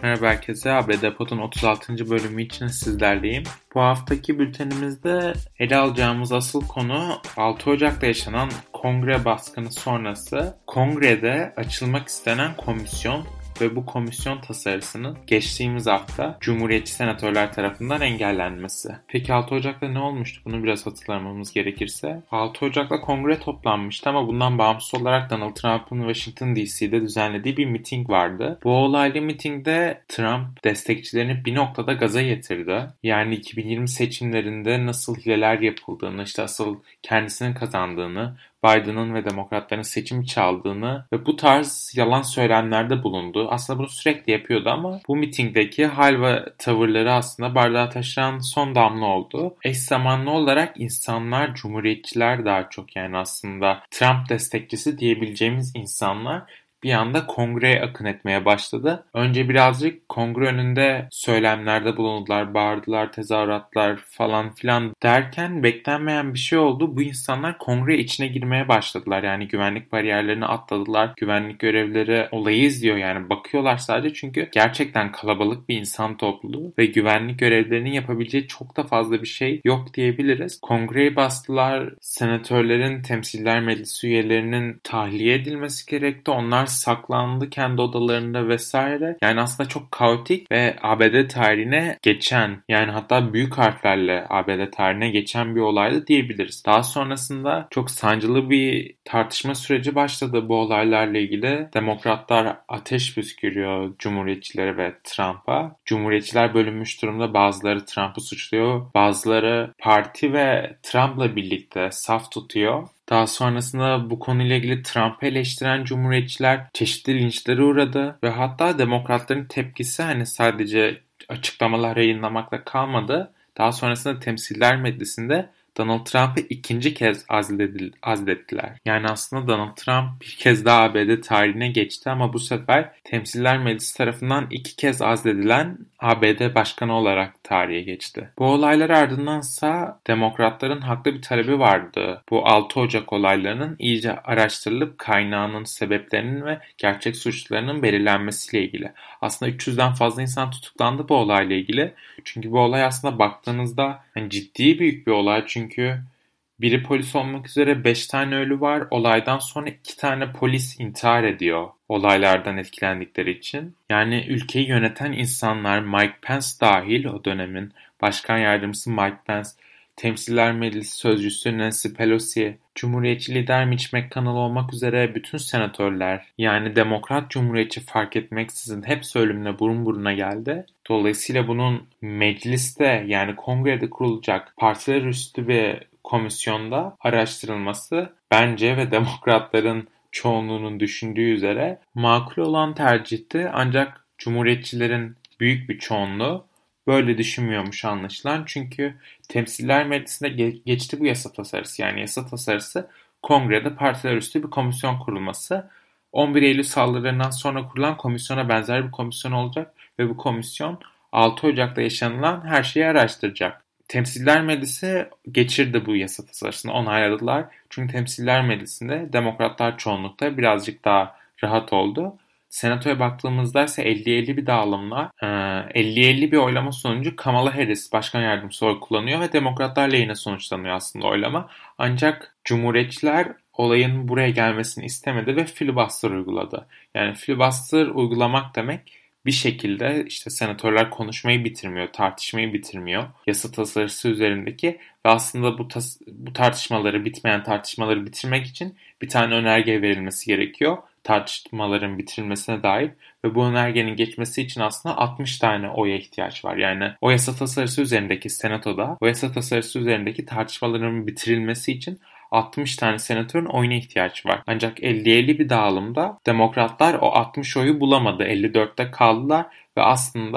Merhaba herkese. ABD Pod'un 36. bölümü için sizlerleyim. Bu haftaki bültenimizde ele alacağımız asıl konu 6 Ocak'ta yaşanan kongre baskını sonrası kongrede açılmak istenen komisyon ve bu komisyon tasarısının geçtiğimiz hafta Cumhuriyetçi senatörler tarafından engellenmesi. Peki 6 Ocak'ta ne olmuştu? Bunu biraz hatırlamamız gerekirse. 6 Ocak'ta kongre toplanmıştı ama bundan bağımsız olarak Donald Trump'ın Washington DC'de düzenlediği bir miting vardı. Bu olaylı mitingde Trump destekçilerini bir noktada gaza getirdi. Yani 2020 seçimlerinde nasıl hileler yapıldığını, işte asıl kendisinin kazandığını, Biden'ın ve Demokratların seçimi çaldığını ve bu tarz yalan söylemlerde bulundu. Aslında bunu sürekli yapıyordu ama bu mitingdeki hal ve tavırları aslında bardağı taşıran son damla oldu. Eş zamanlı olarak insanlar, cumhuriyetçiler daha çok, yani aslında Trump destekçisi diyebileceğimiz insanlar bir anda kongreye akın etmeye başladı. Önce birazcık kongre önünde söylemlerde bulundular, bağırdılar, tezahüratlar falan filan derken beklenmeyen bir şey oldu. Bu insanlar kongre içine girmeye başladılar. Yani güvenlik bariyerlerini atladılar. Güvenlik görevlileri olayı izliyor, yani bakıyorlar sadece, çünkü gerçekten kalabalık bir insan topluluğu ve güvenlik görevlilerinin yapabileceği çok da fazla bir şey yok diyebiliriz. Kongreyi bastılar. Senatörlerin, temsiller meclisi üyelerinin tahliye edilmesi gerekti. Onlar saklandı kendi odalarında vesaire. Yani aslında çok kaotik ve ABD tarihine geçen, yani hatta büyük harflerle ABD tarihine geçen bir olaydı diyebiliriz. Daha sonrasında çok sancılı bir tartışma süreci başladı bu olaylarla ilgili. Demokratlar ateş püskürüyor Cumhuriyetçilere ve Trump'a. Cumhuriyetçiler bölünmüş durumda. Bazıları Trump'ı suçluyor. Bazıları parti ve Trump'la birlikte saf tutuyor. Daha sonrasında bu konuyla ilgili Trump'ı eleştiren cumhuriyetçiler çeşitli linçlere uğradı ve hatta demokratların tepkisi hani sadece açıklamalar yayınlamakla kalmadı. Daha sonrasında Temsiller Meclisi'nde Donald Trump'ı ikinci kez azlettiler. Yani aslında Donald Trump bir kez daha ABD tarihine geçti ama bu sefer Temsiller Meclisi tarafından 2 kez azledilen ABD Başkanı olarak tarihe geçti. Bu olaylar ardındansa demokratların haklı bir talebi vardı. Bu 6 Ocak olaylarının iyice araştırılıp kaynağının, sebeplerinin ve gerçek suçlularının belirlenmesiyle ilgili. Aslında 300'den fazla insan tutuklandı bu olayla ilgili. Çünkü bu olay aslında baktığınızda ciddi büyük bir olay. Çünkü biri polis olmak üzere 5 tane ölü var. Olaydan sonra 2 tane polis intihar ediyor olaylardan etkilendikleri için. Yani ülkeyi yöneten insanlar, Mike Pence dahil, o dönemin başkan yardımcısı Mike Pence, Temsiller Meclisi Sözcüsü Nancy Pelosi, Cumhuriyetçi lider Mitch McConnell olmak üzere bütün senatörler, yani Demokrat Cumhuriyetçi fark etmeksizin hepsi ölümle burun buruna geldi. Dolayısıyla bunun mecliste, yani kongrede kurulacak partiler üstü bir komisyonda araştırılması bence ve demokratların çoğunluğunun düşündüğü üzere makul olan tercihti. Ancak cumhuriyetçilerin büyük bir çoğunluğu böyle düşünmüyormuş anlaşılan. Çünkü Temsiller Meclisi'nde geçti bu yasa tasarısı. Yani yasa tasarısı kongrede partiler üstü bir komisyon kurulması. 11 Eylül saldırılarından sonra kurulan komisyona benzer bir komisyon olacak ve bu komisyon 6 Ocak'ta yaşanılan her şeyi araştıracak. Temsiller Meclisi geçirdi bu yasa tasarısını, onayladılar. Çünkü Temsiller Meclisi'nde demokratlar çoğunlukta, birazcık daha rahat oldu. Senatoya baktığımızda ise 50-50 bir dağılımla 50-50 bir oylama sonucu Kamala Harris başkan yardımcısı oy kullanıyor ve demokratlar lehine sonuçlanıyor aslında oylama. Ancak cumhuriyetçiler olayın buraya gelmesini istemedi ve filibuster uyguladı. Yani filibuster uygulamak demek bir şekilde işte senatörler konuşmayı bitirmiyor, tartışmayı bitirmiyor yasa tasarısı üzerindeki ve aslında bu tartışmaları, bitmeyen tartışmaları bitirmek için bir tane önerge verilmesi gerekiyor. Tartışmaların bitirilmesine dair ve bu önergenin geçmesi için aslında 60 tane oya ihtiyaç var. Yani o yasa tasarısı üzerindeki senatoda, o yasa tasarısı üzerindeki tartışmaların bitirilmesi için 60 tane senatörün oyuna ihtiyaç var. Ancak 50-50 bir dağılımda demokratlar o 60 oyu bulamadı. 54'te kaldılar ve aslında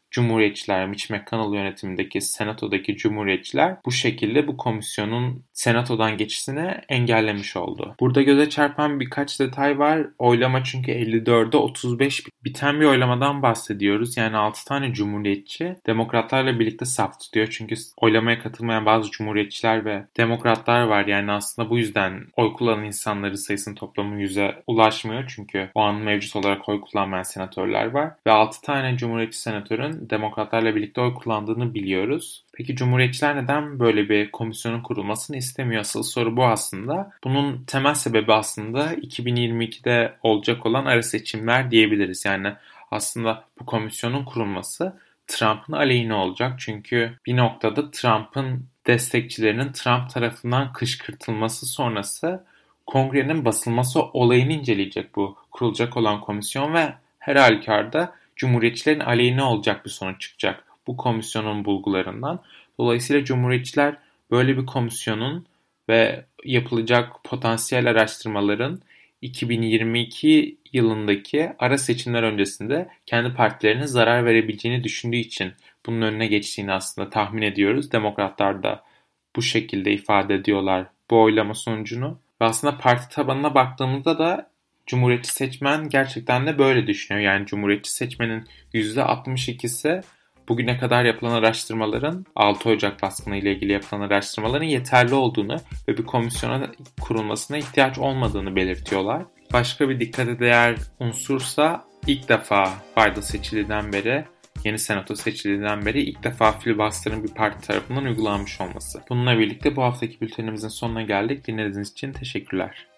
Cumhuriyetçiler, Mitch McConnell yönetimindeki Senato'daki Cumhuriyetçiler bu şekilde bu komisyonun Senato'dan geçişini engellemiş oldu. Burada göze çarpan birkaç detay var. Oylama çünkü 54'e 35 biten bir oylamadan bahsediyoruz. Yani 6 tane Cumhuriyetçi Demokratlarla birlikte saf tutuyor. Çünkü oylamaya katılmayan bazı Cumhuriyetçiler ve Demokratlar var. Yani aslında bu yüzden oy kullanan insanların sayısının toplamı 100'e ulaşmıyor. Çünkü o an mevcut olarak oy kullanmayan senatörler var. Ve 6 tane Cumhuriyetçi senatörün Demokratlarla birlikte oy kullandığını biliyoruz. Peki Cumhuriyetçiler neden böyle bir komisyonun kurulmasını istemiyor? Asıl soru bu aslında. Bunun temel sebebi aslında 2022'de olacak olan ara seçimler diyebiliriz. Yani aslında bu komisyonun kurulması Trump'ın aleyhine olacak. Çünkü bir noktada Trump'ın destekçilerinin Trump tarafından kışkırtılması sonrası Kongre'nin basılması olayını inceleyecek bu kurulacak olan komisyon ve her halükarda Cumhuriyetçilerin aleyhine olacak bir sonuç çıkacak bu komisyonun bulgularından. Dolayısıyla Cumhuriyetçiler böyle bir komisyonun ve yapılacak potansiyel araştırmaların 2022 yılındaki ara seçimler öncesinde kendi partilerine zarar verebileceğini düşündüğü için bunun önüne geçtiğini aslında tahmin ediyoruz. Demokratlar da bu şekilde ifade ediyorlar bu oylama sonucunu. Ve aslında parti tabanına baktığımızda da Cumhuriyetçi seçmen gerçekten de böyle düşünüyor. Yani Cumhuriyetçi seçmenin %62'si bugüne kadar yapılan araştırmaların 6 Ocak baskını ile ilgili yapılan araştırmaların yeterli olduğunu ve bir komisyona kurulmasına ihtiyaç olmadığını belirtiyorlar. Başka bir dikkate değer unsursa ilk defa Biden seçildiğinden beri, yeni senato seçildiğinden beri ilk defa filibuster'ın bir parti tarafından uygulanmış olması. Bununla birlikte bu haftaki bültenimizin sonuna geldik. Dinlediğiniz için teşekkürler.